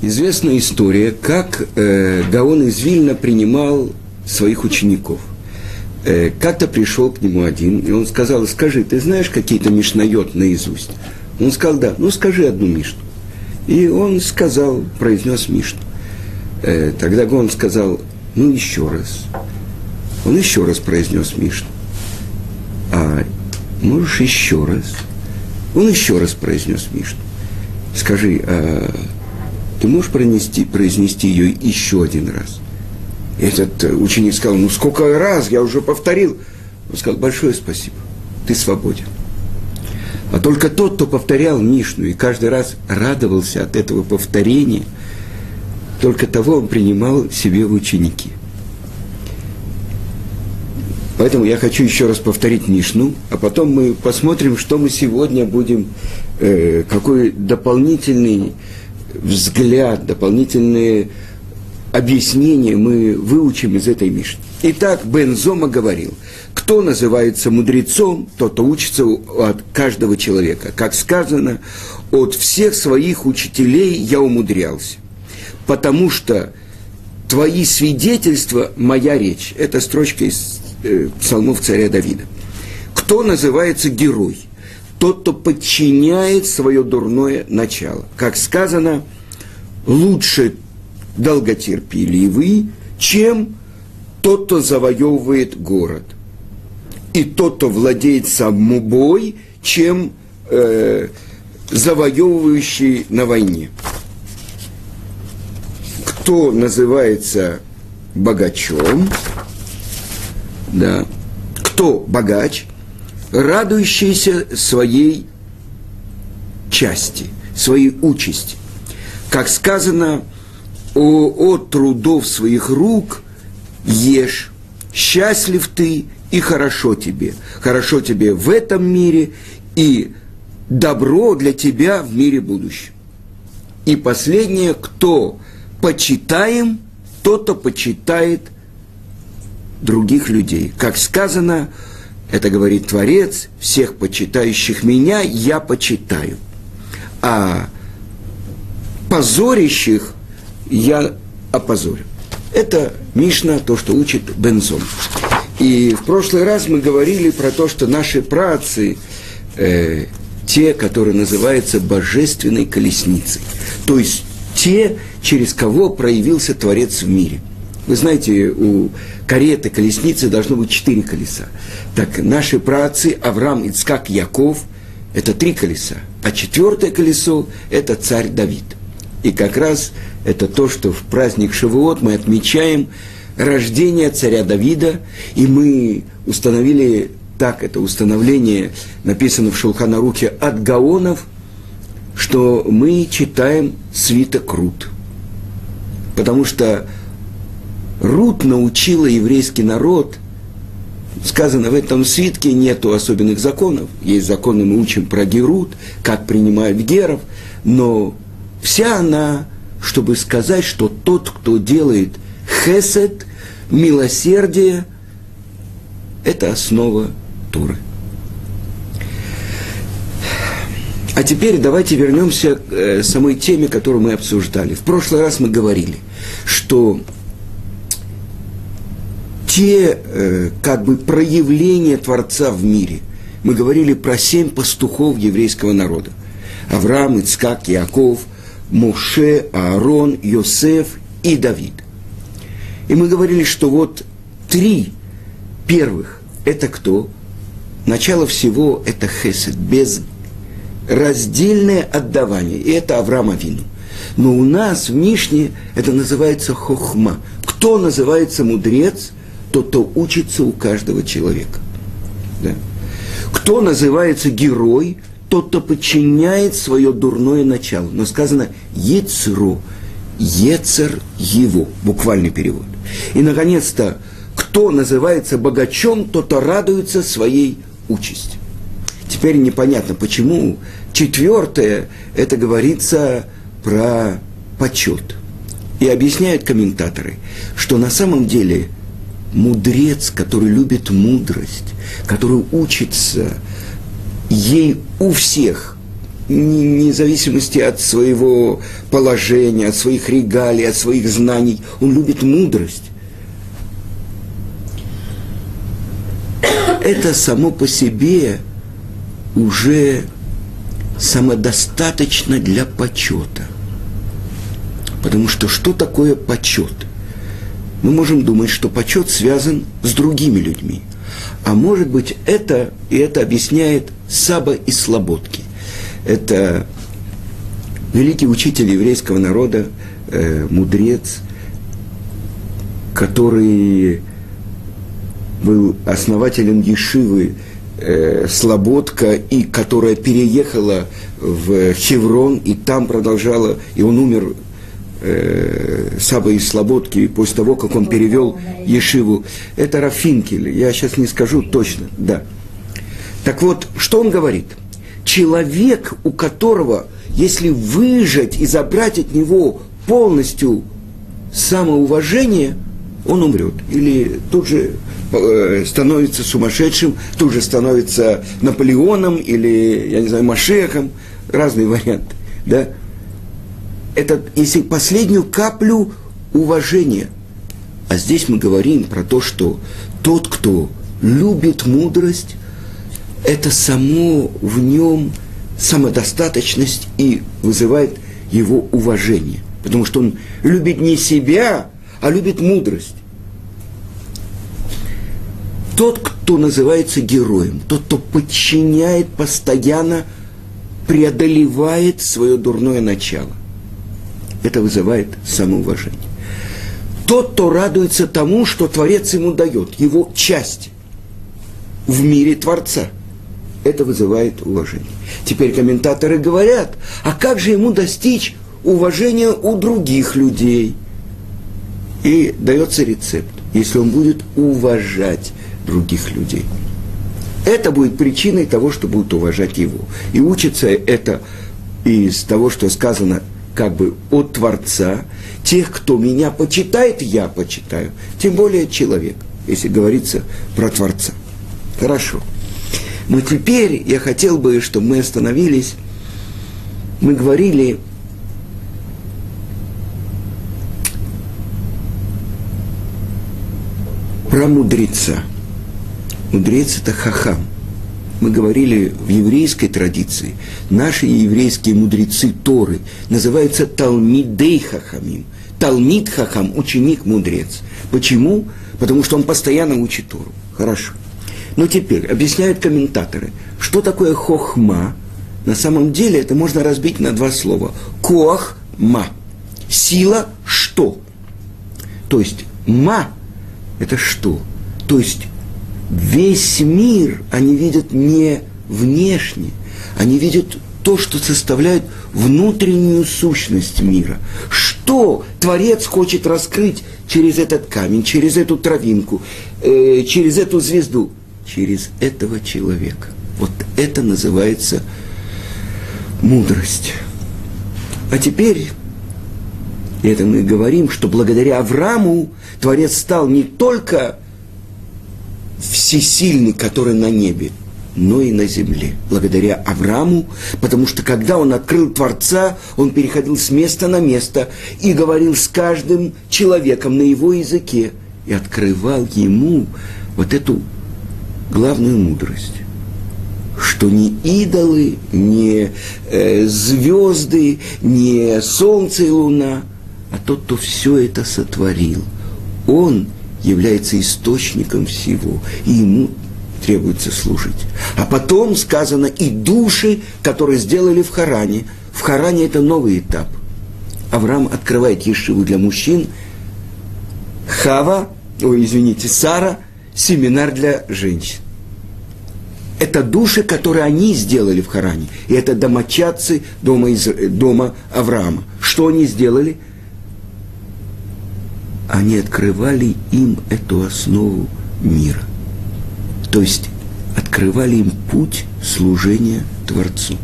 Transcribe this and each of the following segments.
Известная история, как Гаон из Вильна принимал своих учеников. Как-то пришел к нему один, и он сказал: скажи, ты знаешь какие-то мишнайот наизусть? Он сказал: да, ну скажи одну мишну. И он сказал, произнес мишну. Тогда Гаон сказал: ну еще раз. Он еще раз произнес мишну. А можешь еще раз? Он еще раз произнес мишну. Скажи, а ты можешь произнести ее еще один раз? Этот ученик сказал: ну сколько раз, я уже повторил. Он сказал: большое спасибо, ты свободен. А только тот, кто повторял мишну и каждый раз радовался от этого повторения, только того он принимал себе в ученики. Поэтому я хочу еще раз повторить мишну, а потом мы посмотрим, что мы сегодня будем, какой дополнительный взгляд, дополнительные объяснения мы выучим из этой мишны. Итак, Бен Зома говорил: кто называется мудрецом, тот, кто учится от каждого человека. Как сказано: от всех своих учителей я умудрялся, потому что твои свидетельства – моя речь. Это строчка из псалмов царя Давида. Кто называется герой? Тот, кто подчиняет свое дурное начало. Как сказано: лучше долготерпеливый, чем тот, кто завоевывает город. И тот, кто владеет самобой, чем завоевывающий на войне. Кто называется богачом? Да. Кто богач? Радующийся своей части, своей участи. Как сказано: от трудов своих рук ешь, счастлив ты и хорошо тебе. Хорошо тебе в этом мире и добро для тебя в мире будущем. И последнее: кто почитаем, тот, кто почитает других людей. Как сказано, это говорит Творец: всех почитающих меня я почитаю, а позорящих я опозорю. Это Мишна, то, что учит Бен Зома. И в прошлый раз мы говорили про то, что наши праотцы, те, которые называются божественной колесницей, то есть те, через кого проявился Творец в мире. Вы знаете, у кареты, колесницы должно быть 4 колеса. Так наши праотцы Авраам, Ицхак, Яков – это 3 колеса, а 4 колесо – это царь Давид. И как раз это то, что в праздник Шавуот мы отмечаем рождение царя Давида, и мы установили так, это установление написано в Шулхан Арухе от Гаонов, что мы читаем свиток Рут. Потому что Рут научила еврейский народ, сказано в этом свитке, нету особенных законов, есть законы, мы учим про герут, как принимают геров, но вся она, чтобы сказать, что тот, кто делает хесед, милосердие, это основа Торы. А теперь давайте вернемся к самой теме, которую мы обсуждали. В прошлый раз мы говорили, что те проявления Творца в мире, мы говорили про 7 пастухов еврейского народа. Авраам, Ицхак, Яков, Моше, Аарон, Йосеф и Давид. И мы говорили, что вот 3 первых – это кто? Начало всего – это хесед, безраздельное отдавание. И это Авраам Авину. Но у нас в Мишне это называется хохма. Кто называется мудрец? Тот, кто учится у каждого человека. Да? Кто называется герой? Тот, кто подчиняет свое дурное начало. Но сказано «ецро», «ецер его», буквальный перевод. И, наконец-то, кто называется богачом, тот, кто радуется своей участи. Теперь непонятно, почему 4 это говорится про почет. И объясняют комментаторы, что на самом деле мудрец, который любит мудрость, который учится ей у всех, вне зависимости от своего положения, от своих регалий, от своих знаний. Он любит мудрость. Это само по себе уже самодостаточно для почета. Потому что такое почет? Мы можем думать, что почет связан с другими людьми. А может быть, это объясняет Саба из Слободки. Это великий учитель еврейского народа, мудрец, который был основателем ешивы Слободка, и которая переехала в Хеврон, и там продолжала, и он умер, Саба из Слободки, после того, как он перевел ешиву. Это Рав Финкель, я сейчас не скажу точно, да. Так вот, что он говорит? Человек, у которого, если выжать и забрать от него полностью самоуважение, он умрет. Или тут же становится сумасшедшим, тут же становится Наполеоном или, я не знаю, Машехом. Разные варианты, да? Это если последнюю каплю уважения. А здесь мы говорим про то, что тот, кто любит мудрость, это само в нем самодостаточность и вызывает его уважение. Потому что он любит не себя, а любит мудрость. Тот, кто называется героем, тот, кто подчиняет постоянно, преодолевает свое дурное начало. Это вызывает самоуважение. Тот, кто радуется тому, что Творец ему дает, его часть в мире Творца, это вызывает уважение. Теперь комментаторы говорят, а как же ему достичь уважения у других людей? И дается рецепт, если он будет уважать других людей. Это будет причиной того, что будут уважать его. И учится это из того, что сказано как бы от Творца. Тех, кто меня почитает, я почитаю. Тем более человек, если говорится про Творца. Хорошо. Но теперь я хотел бы, чтобы мы остановились. Мы говорили про мудреца. Мудрец – это хахам. Мы говорили в еврейской традиции, наши еврейские мудрецы Торы называются Талмидей Хахамим. Талмид Хахам – ученик-мудрец. Почему? Потому что он постоянно учит Тору. Хорошо. Но теперь объясняют комментаторы, что такое хохма. На самом деле это можно разбить на два слова. Коах-ма. Сила – что? То есть ма – это что? То есть весь мир они видят не внешне, они видят то, что составляет внутреннюю сущность мира. Что Творец хочет раскрыть через этот камень, через эту травинку, через эту звезду, через этого человека. Вот это называется мудрость. А теперь, это мы говорим, что благодаря Аврааму Творец стал не только всесильный, который на небе, но и на земле. Благодаря Аврааму, потому что когда он открыл Творца, он переходил с места на место и говорил с каждым человеком на его языке и открывал ему вот эту главную мудрость, что ни идолы, ни звезды, ни солнце и луна, а тот, кто все это сотворил, он является источником всего, и ему требуется служить. А потом сказано и души, которые сделали в Харане. В Харане это новый этап. Авраам открывает ешиву для мужчин, Сара, семинар для женщин. Это души, которые они сделали в Харане. И это домочадцы дома Авраама. Что они сделали? Они открывали им эту основу мира. То есть открывали им путь служения Творцу.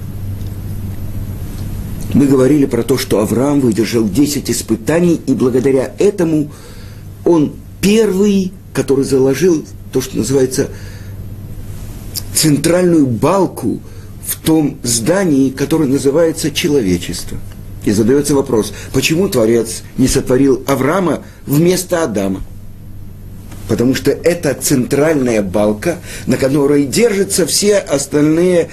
Мы говорили про то, что Авраам выдержал 10 испытаний, и благодаря этому он первый, который заложил то, что называется центральную балку в том здании, которое называется человечество. И задается вопрос, почему Творец не сотворил Авраама вместо Адама? Потому что это центральная балка, на которой держатся все остальные,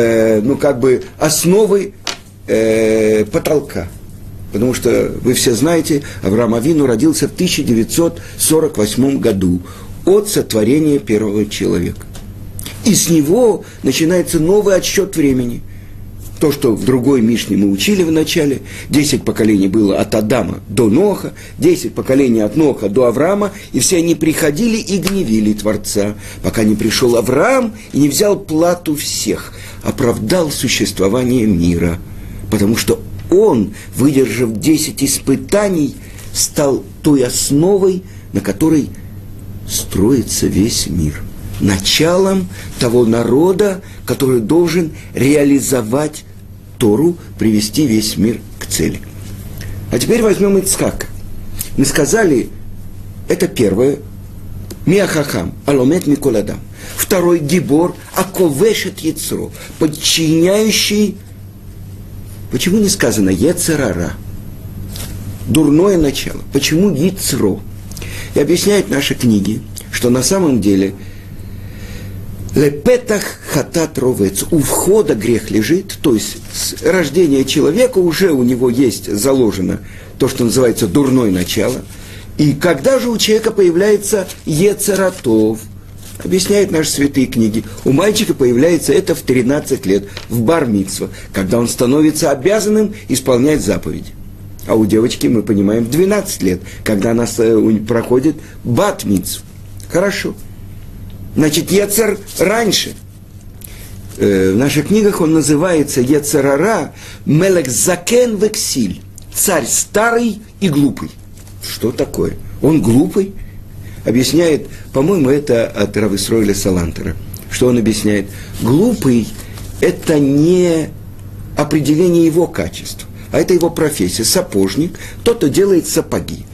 основы потолка. Потому что, вы все знаете, Авраам Авину родился в 1948 году от сотворения первого человека. И с него начинается новый отсчет времени. То, что в другой Мишне мы учили в начале, 10 поколений было от Адама до Ноха, 10 поколений от Ноха до Авраама, и все они приходили и гневили Творца, пока не пришел Авраам и не взял плату всех, оправдал существование мира, потому что он, выдержав 10 испытаний, стал той основой, на которой строится весь мир, началом того народа, который должен реализовать Тору, привести весь мир к цели. А теперь возьмем Ицхака. Мы сказали, это первое, Миахахам, Аломет Миколадам. Второй Гибор, Аковешет Яцро, подчиняющий, почему не сказано Ецерара? Дурное начало. Почему Яцро? И объясняют наши книги, что на самом деле Лепетах хатат ровец. У входа грех лежит, то есть с рождения человека уже у него есть заложено то, что называется дурное начало. И когда же у человека появляется ецератов? Объясняют наши святые книги. У мальчика появляется это в 13 лет, в бар-мицва, когда он становится обязанным исполнять заповеди. А у девочки, мы понимаем, в 12 лет, когда она проходит бат-мицв. Хорошо. Значит, Ецер раньше. В наших книгах он называется Ецерара Мелек Закен Вексиль. Царь старый и глупый. Что такое? Он глупый? Объясняет, по-моему, это от Рав Исроэля Салантера. Что он объясняет? Глупый – это не определение его качеств, а это его профессия. Сапожник – тот, кто делает сапоги.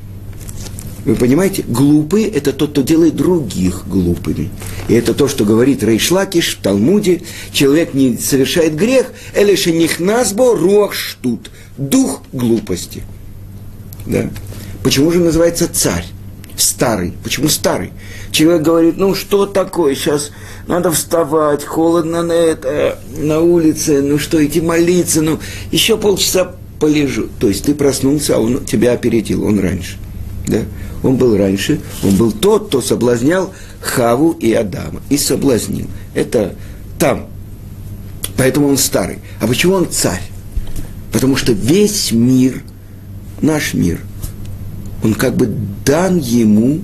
Вы понимаете, глупый – это тот, кто делает других глупыми. И это то, что говорит Рейш Лакиш в Талмуде. Человек не совершает грех, элеше нихнасбо руах штут, дух глупости. Да? Почему же называется царь? Старый. Почему старый? Человек говорит, что такое, сейчас надо вставать, холодно на улице, что, идти молиться, еще полчаса полежу. То есть ты проснулся, а он тебя опередил, он раньше. Да? Он был раньше, он был тот, кто соблазнял Хаву и Адама. И соблазнил. Это там. Поэтому он старый. А почему он царь? Потому что весь мир, наш мир, он как бы дан ему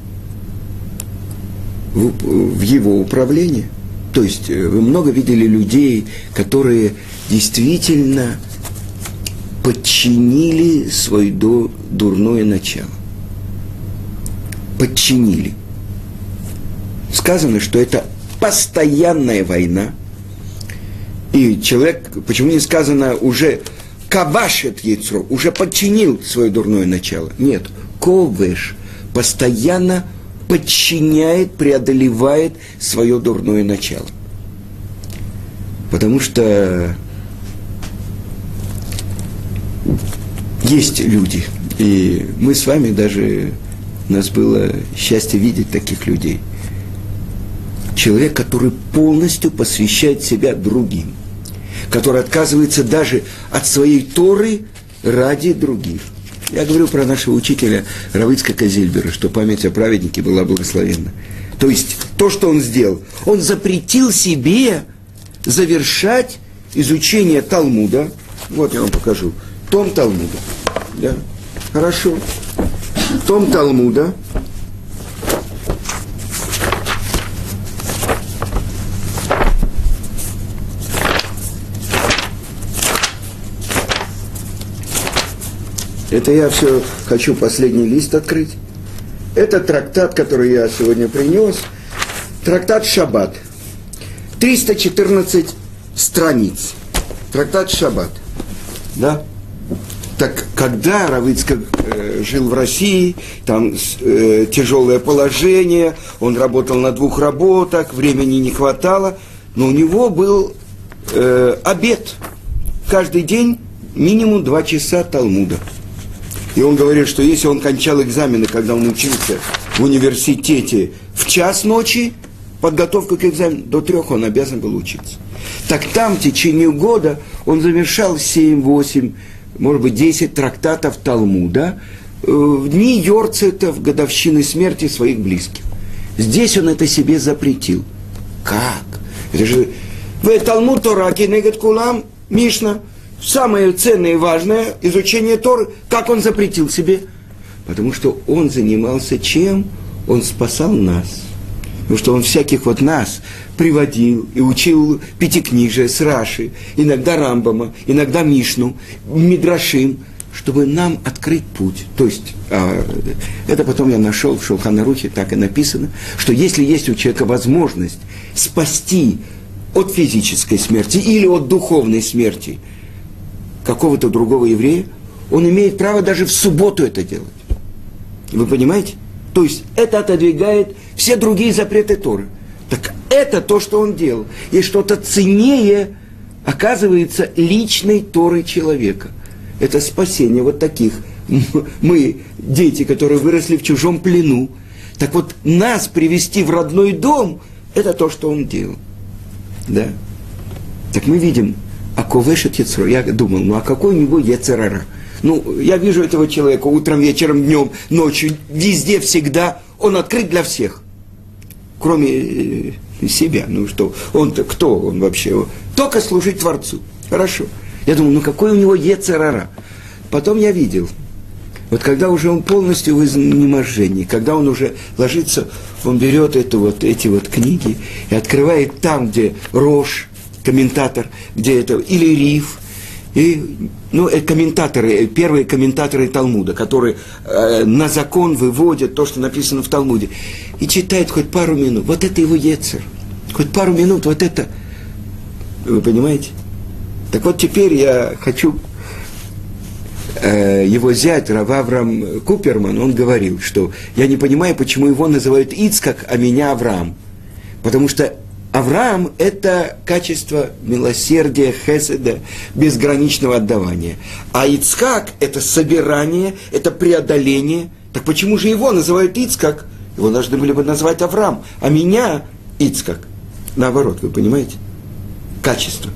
в его управление. То есть вы много видели людей, которые действительно подчинили свое дурное начало. Подчинили. Сказано, что это постоянная война. И человек, почему не сказано уже кавашет яйцо, уже подчинил свое дурное начало? Нет, ковеш постоянно подчиняет, преодолевает свое дурное начало. Потому что есть люди, и мы с вами даже, у нас было счастье видеть таких людей. Человек, который полностью посвящает себя другим, который отказывается даже от своей Торы ради других. Я говорю про нашего учителя Рава Ицхака Зильбера, что память о праведнике была благословенна. То есть, то, что он сделал, он запретил себе завершать изучение Талмуда. Вот я вам покажу. Том Талмуда. Да? Хорошо. Том Талмуда. Это я все хочу последний лист открыть. Это трактат, который я сегодня принес. Трактат Шаббат. 314 страниц. Трактат Шаббат. Да? Так, когда Рав Ицхак жил в России, там тяжелое положение, он работал на 2 работах, времени не хватало, но у него был обет. Каждый день минимум 2 часа Талмуда. И он говорит, что если он кончал экзамены, когда он учился в университете в час ночи, подготовку к экзамену, до 3 он обязан был учиться. Так там в течение года он завершал 7, 8, может быть, 10 трактатов Талмуда в дни Йорцета, в годовщины смерти своих близких. Здесь он это себе запретил. Как? Это же Талмуд Тора кенегед кулам, Мишна. Самое ценное и важное изучение Торы. Как он запретил себе? Потому что он занимался чем? Он спасал нас. Потому что он всяких вот нас приводил и учил пятикнижие с Раши, иногда Рамбама, иногда Мишну, Мидрашим, чтобы нам открыть путь. То есть, это потом я нашел в Шулхан Арухе, так и написано, что если есть у человека возможность спасти от физической смерти или от духовной смерти какого-то другого еврея, он имеет право даже в субботу это делать. Вы понимаете? То есть это отодвигает все другие запреты Торы. Так это то, что он делал. И что-то ценнее, оказывается, личной Торы человека. Это спасение вот таких. Мы, дети, которые выросли в чужом плену. Так вот, нас привести в родной дом, это то, что он делал. Да? Так мы видим, аковешет яцро. Я думал, а какой у него яцерара? Я вижу этого человека утром, вечером, днем, ночью, везде, всегда. Он открыт для всех. Кроме себя. Что? Он-то кто он вообще? Только служить Творцу. Хорошо. Я думал, какой у него яцерара? Потом я видел, вот когда уже он полностью в изнеможении, когда он уже ложится, он берет эти книги и открывает там, где Рош, комментатор, где это, или Риф, и, комментаторы, первые комментаторы Талмуда, которые на закон выводят то, что написано в Талмуде, и читает хоть пару минут. Вот это его ецер. Хоть пару минут, вот это. Вы понимаете? Так вот теперь я хочу... Его зять, Рав Авраам Куперман, он говорил, что я не понимаю, почему его называют Ицхак, а меня Авраам. Потому что Авраам – это качество милосердия, хеседа, безграничного отдавания. А Ицхак – это собирание, это преодоление. Так почему же его называют Ицхак? Его должны были бы назвать Авраам, а меня Ицхак. Наоборот, вы понимаете? Качество.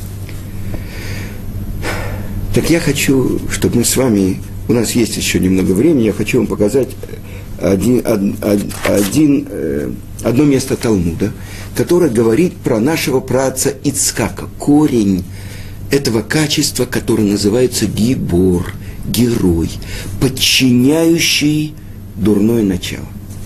Так я хочу, чтобы мы с вами, у нас есть еще немного времени, я хочу вам показать одно место Талмуда, которое говорит про нашего праотца Ицхака, корень этого качества, которое называется гибор, герой, подчиняющий дурное начало.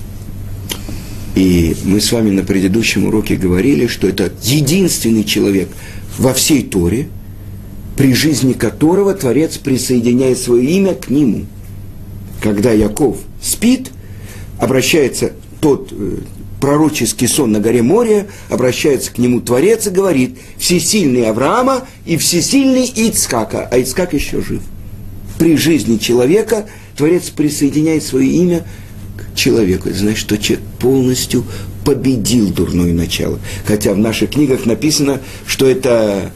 И мы с вами на предыдущем уроке говорили, что это единственный человек во всей Торе, при жизни которого Творец присоединяет свое имя к нему. Когда Яков спит, обращается тот пророческий сон на горе Мория, обращается к нему Творец и говорит: всесильный Авраама и всесильный Ицхака, а Ицхак еще жив. При жизни человека Творец присоединяет свое имя к человеку. Это значит, что человек полностью победил дурное начало. Хотя в наших книгах написано, что это...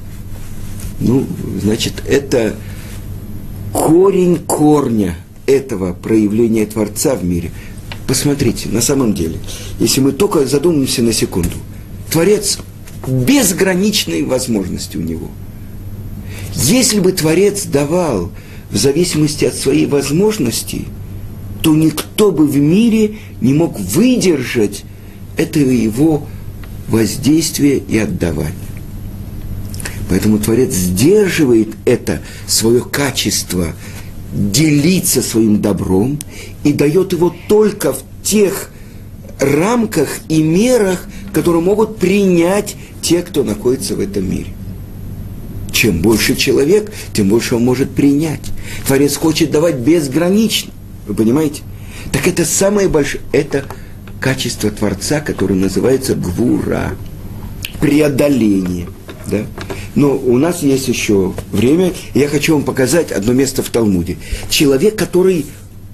это корень корня этого проявления Творца в мире. Посмотрите, на самом деле, если мы только задумаемся на секунду, Творец безграничные возможности у него. Если бы Творец давал в зависимости от своей возможности, то никто бы в мире не мог выдержать этого его воздействия и отдавания. Поэтому Творец сдерживает это свое качество делиться своим добром и дает его только в тех рамках и мерах, которые могут принять те, кто находится в этом мире. Чем больше человек, тем больше он может принять. Творец хочет давать безгранично. Вы понимаете? Так это самое большое, это качество Творца, которое называется гвура, преодоление. Да? Но у нас есть еще время, и я хочу вам показать одно место в Талмуде. Человек, который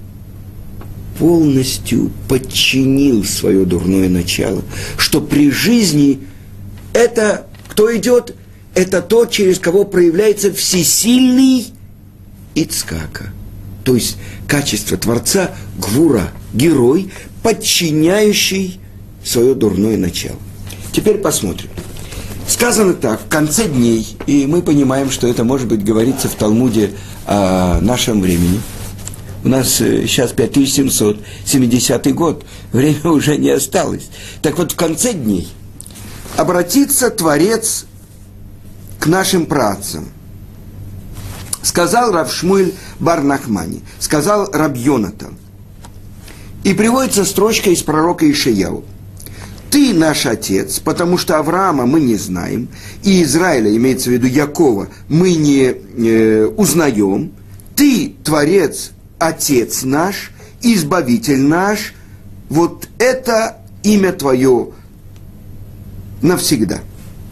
полностью подчинил свое дурное начало, что при жизни это, кто идет? это тот, через кого проявляется всесильный Ицкака. То есть качество Творца Гвура, герой, подчиняющий свое дурное начало. Теперь посмотрим. Сказано так, в конце дней, и мы понимаем, что это, может быть, говорится в Талмуде о нашем времени. У нас сейчас 5770 год, время уже не осталось. Так вот, в конце дней обратится Творец к нашим праотцам. Сказал Рав Шмуэль бар Нахмани, сказал Раб Йонатан. И приводится строчка из пророка Ишаяу. «Ты наш отец, потому что Авраама мы не знаем, и Израиля, имеется в виду Якова, мы не узнаем. Ты, Творец, Отец наш, Избавитель наш, вот это имя Твое навсегда».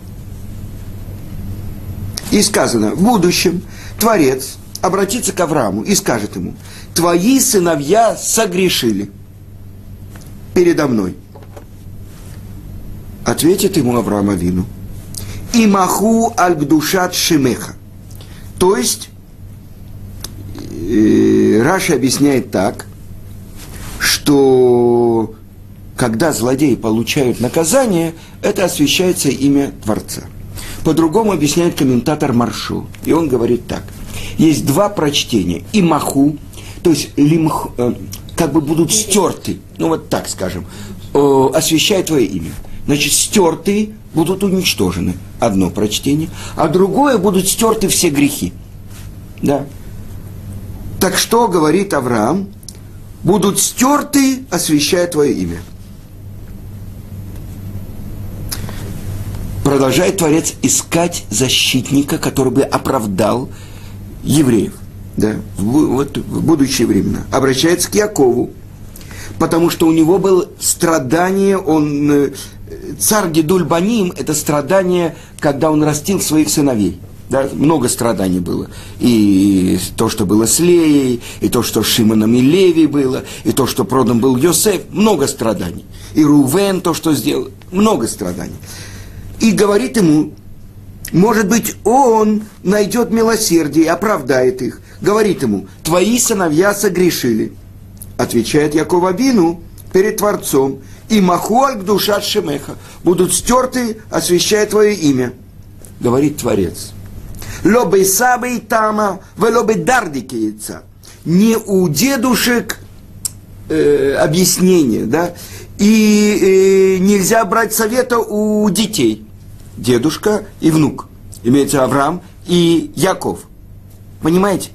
И сказано, в будущем Творец обратится к Аврааму и скажет ему: «Твои сыновья согрешили передо мной». Ответит ему Авраам Авину: «Имаху аль-гдушат шемеха». То есть, Раши объясняет так, что когда злодеи получают наказание, это освящается имя Творца. По-другому объясняет комментатор Маршу. И он говорит так. Есть два прочтения. Имаху, то есть как бы будут стерты, ну вот так скажем, освящает твое имя. Значит, стертые будут уничтожены. Одно прочтение. А другое будут стерты все грехи. Да. Так что говорит Авраам? Будут стерты, освящая твое имя. Продолжает Творец искать защитника, который бы оправдал евреев. Да, в будущие времена. Обращается к Якову, потому что у него было страдание, царь Гидуль Баним, это страдание, когда он растил своих сыновей. Да, много страданий было. И то, что было с Леей, и то, что с Шимоном и Леви было, и то, что продан был Йосеф, много страданий. И Рувен, то, что сделал, много страданий. И говорит ему, может быть, он найдет милосердие и оправдает их. Говорит ему, твои сыновья согрешили. Отвечает Яков Авину перед Творцом, и махуаль гдушат шемеха, будут стерты, освящая твое имя. Говорит Творец. Лобы сабы и тама, велобы дардики яйца. Не у дедушек объяснение, да, и нельзя брать совета у детей. Дедушка и внук. Имеется Авраам и Яков. Понимаете?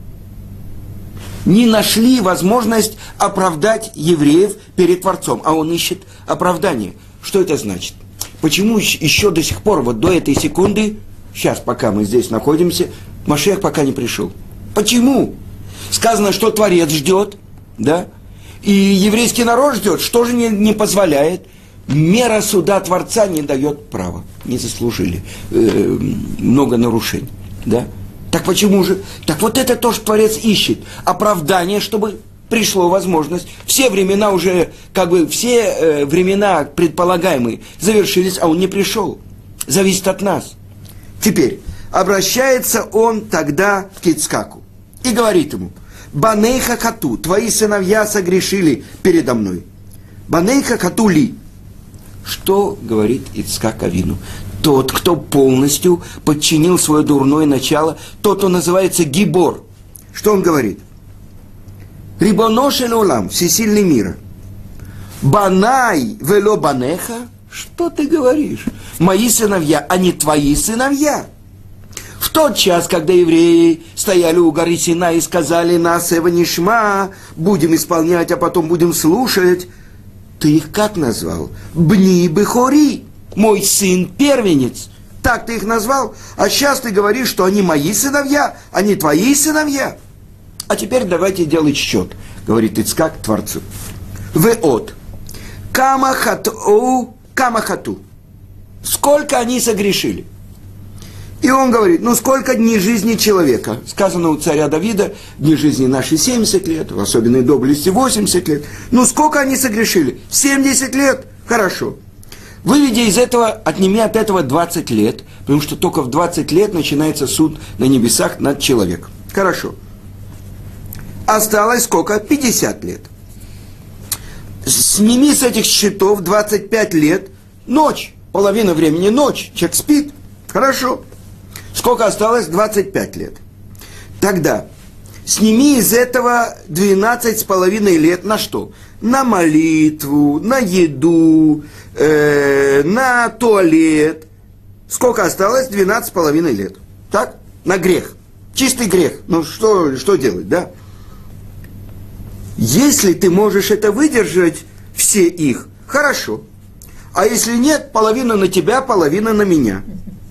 Не нашли возможность оправдать евреев перед Творцом, а он ищет оправдание. Что это значит? Почему еще до сих пор, вот до этой секунды, сейчас, пока мы здесь находимся, Машиах пока не пришел? Почему? Сказано, что Творец ждет, да? И еврейский народ ждет, что же не позволяет? Мера суда Творца не дает права. Не заслужили. Много нарушений. Да? Так почему же? Так вот это то, что Творец ищет. Оправдание, чтобы пришло возможность. Все времена уже, все времена предполагаемые завершились, а он не пришел. Зависит от нас. Теперь, обращается он тогда к Ицкаку и говорит ему: «Банейха хату, твои сыновья согрешили передо мной». «Банейха хату ли». Что говорит Ицкак Авину? Тот, кто полностью подчинил свое дурное начало, тот, он называется гибор. Что он говорит? «Рибоно шель олам, всесильный мира. Банай вело банеха». Что ты говоришь? Мои сыновья, а не твои сыновья. В тот час, когда евреи стояли у горы Синай и сказали: «Нас эва нишма», будем исполнять, а потом будем слушать, ты их как назвал? «Бни бехори», мой сын первенец. Так ты их назвал? А сейчас ты говоришь, что они мои сыновья, а не твои сыновья. А теперь давайте делать счет, говорит Ицкак Творцу. Веот. Кама хату. Сколько они согрешили? И он говорит, сколько дней жизни человека? Сказано у царя Давида, дни жизни наши 70 лет, в особенной доблести 80 лет. Сколько они согрешили? 70 лет? Хорошо. Выведя из этого, отними от этого 20 лет, потому что только в 20 лет начинается суд на небесах над человеком. Хорошо. Осталось сколько? 50 лет. Сними с этих счетов 25 лет, ночь, половина времени ночь, человек спит. Хорошо. Сколько осталось? 25 лет. Тогда сними из этого 12,5 лет на что? На молитву, на еду, на туалет. Сколько осталось? 12,5 лет. Так? На грех. Чистый грех. Ну что делать, да? Если ты можешь это выдержать, все их, хорошо. А если нет, половина на тебя, половина на меня.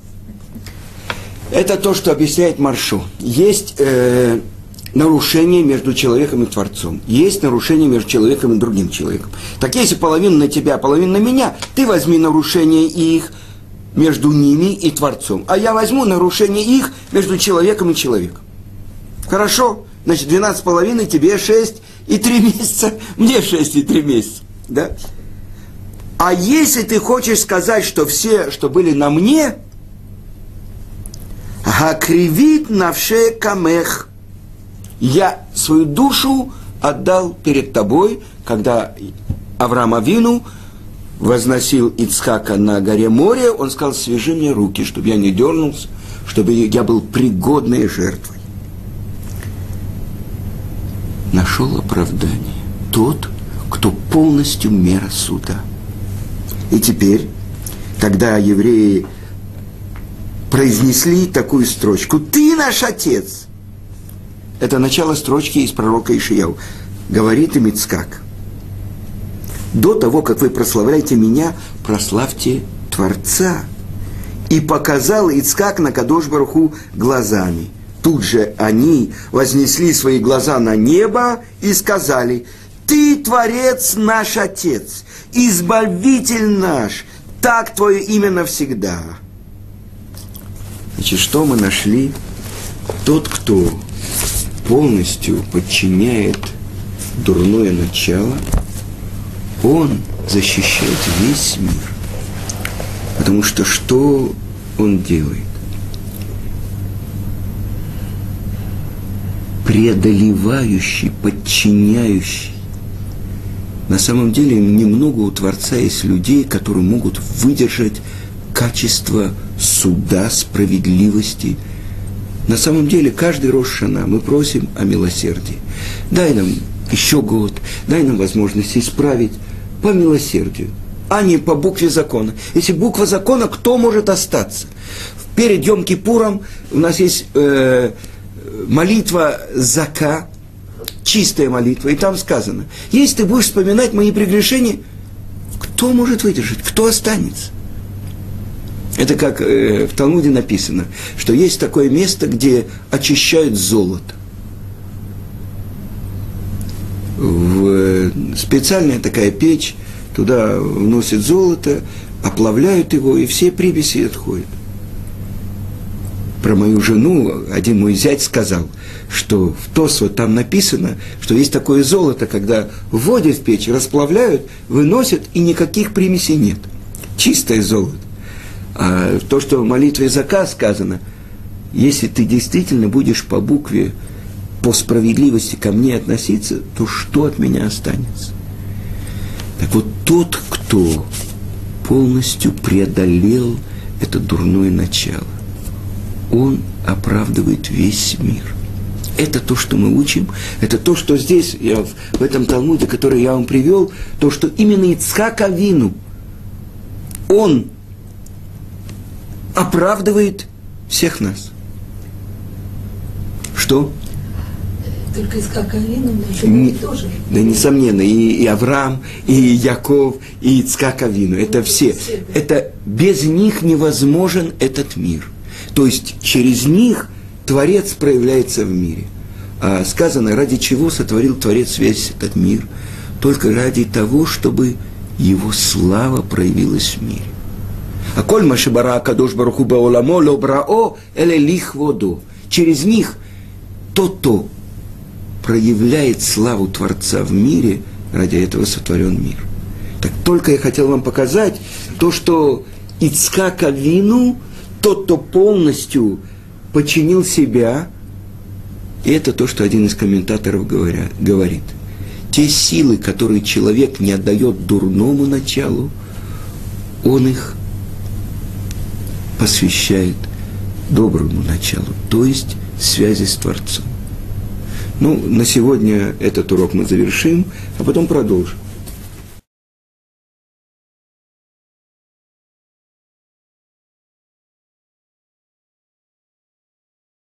Это то, что объясняет Маршо. Есть нарушение между человеком и Творцом. Есть нарушение между человеком и другим человеком. Так если половина на тебя, половина на меня, ты возьми нарушение их между ними и Творцом. А я возьму нарушение их между человеком и человеком. Хорошо? Значит, 12,5, тебе 6 и 3 месяца, мне 6 и 3 месяца. Да? А если ты хочешь сказать, что все, что были на мне, «Гакривит навше камех». Я свою душу отдал перед тобой, когда Авраам Авину возносил Ицхака на горе море, он сказал: свяжи мне руки, чтобы я не дернулся, чтобы я был пригодной жертвой. Нашел оправдание тот, кто полностью мера суда. И теперь, когда евреи произнесли такую строчку: «Ты наш отец», это начало строчки из пророка Ишаяу. Говорит им Ицхак: до того, как вы прославляете меня, прославьте Творца. И показал Ицхак на Кадош Баруху глазами. Тут же они вознесли свои глаза на небо и сказали: «Ты, Творец, наш Отец, Избавитель наш, так Твое имя навсегда». Значит, что мы нашли? Тот, кто полностью подчиняет дурное начало, он защищает весь мир. Потому что что он делает? Преодолевающий, подчиняющий. На самом деле немного у Творца есть людей, которые могут выдержать качество суда, справедливости. На самом деле каждый Рош Шана мы просим о милосердии. Дай нам еще год, дай нам возможность исправить по милосердию, а не по букве закона. Если буква закона, кто может остаться? Перед Йом-Кипуром у нас есть молитва Зака, чистая молитва, и там сказано: если ты будешь вспоминать мои прегрешения, кто может выдержать, кто останется? Это как в Талмуде написано, что есть такое место, где очищают золото. Специальная такая печь, туда вносят золото, оплавляют его, и все примеси отходят. Про мою жену один мой зять сказал, что в Тосфот там написано, что есть такое золото, когда вводят в печь, расплавляют, выносят, и никаких примесей нет. Чистое золото. А то, что в молитве Зака сказано: если ты действительно будешь по букве, по справедливости ко мне относиться, то что от меня останется? Так вот, тот, кто полностью преодолел это дурное начало, он оправдывает весь мир. Это то, что мы учим, это то, что здесь, в этом Талмуде, который я вам привел, то, что именно Ицхак Авину, он оправдывает всех нас. Что? Только Ицхак Авину, но тоже. Да, несомненно, и Авраам, и Яков, и Ицхак Авину, это все. Это без них невозможен этот мир. То есть через них Творец проявляется в мире. А сказано, ради чего сотворил Творец весь этот мир? Только ради того, чтобы его слава проявилась в мире. А коль машибара кадош баруху баоламо лобрао эле лихводо. Через них тот, кто проявляет славу Творца в мире, ради этого сотворен мир. Так только я хотел вам показать, То, что Ицхак Авину, тот, кто полностью подчинил себя, и это то, что один из комментаторов говорит. Те силы, которые человек не отдает дурному началу, он их посвящает доброму началу, то есть связи с Творцом. Ну, на сегодня этот урок мы завершим, а потом продолжим.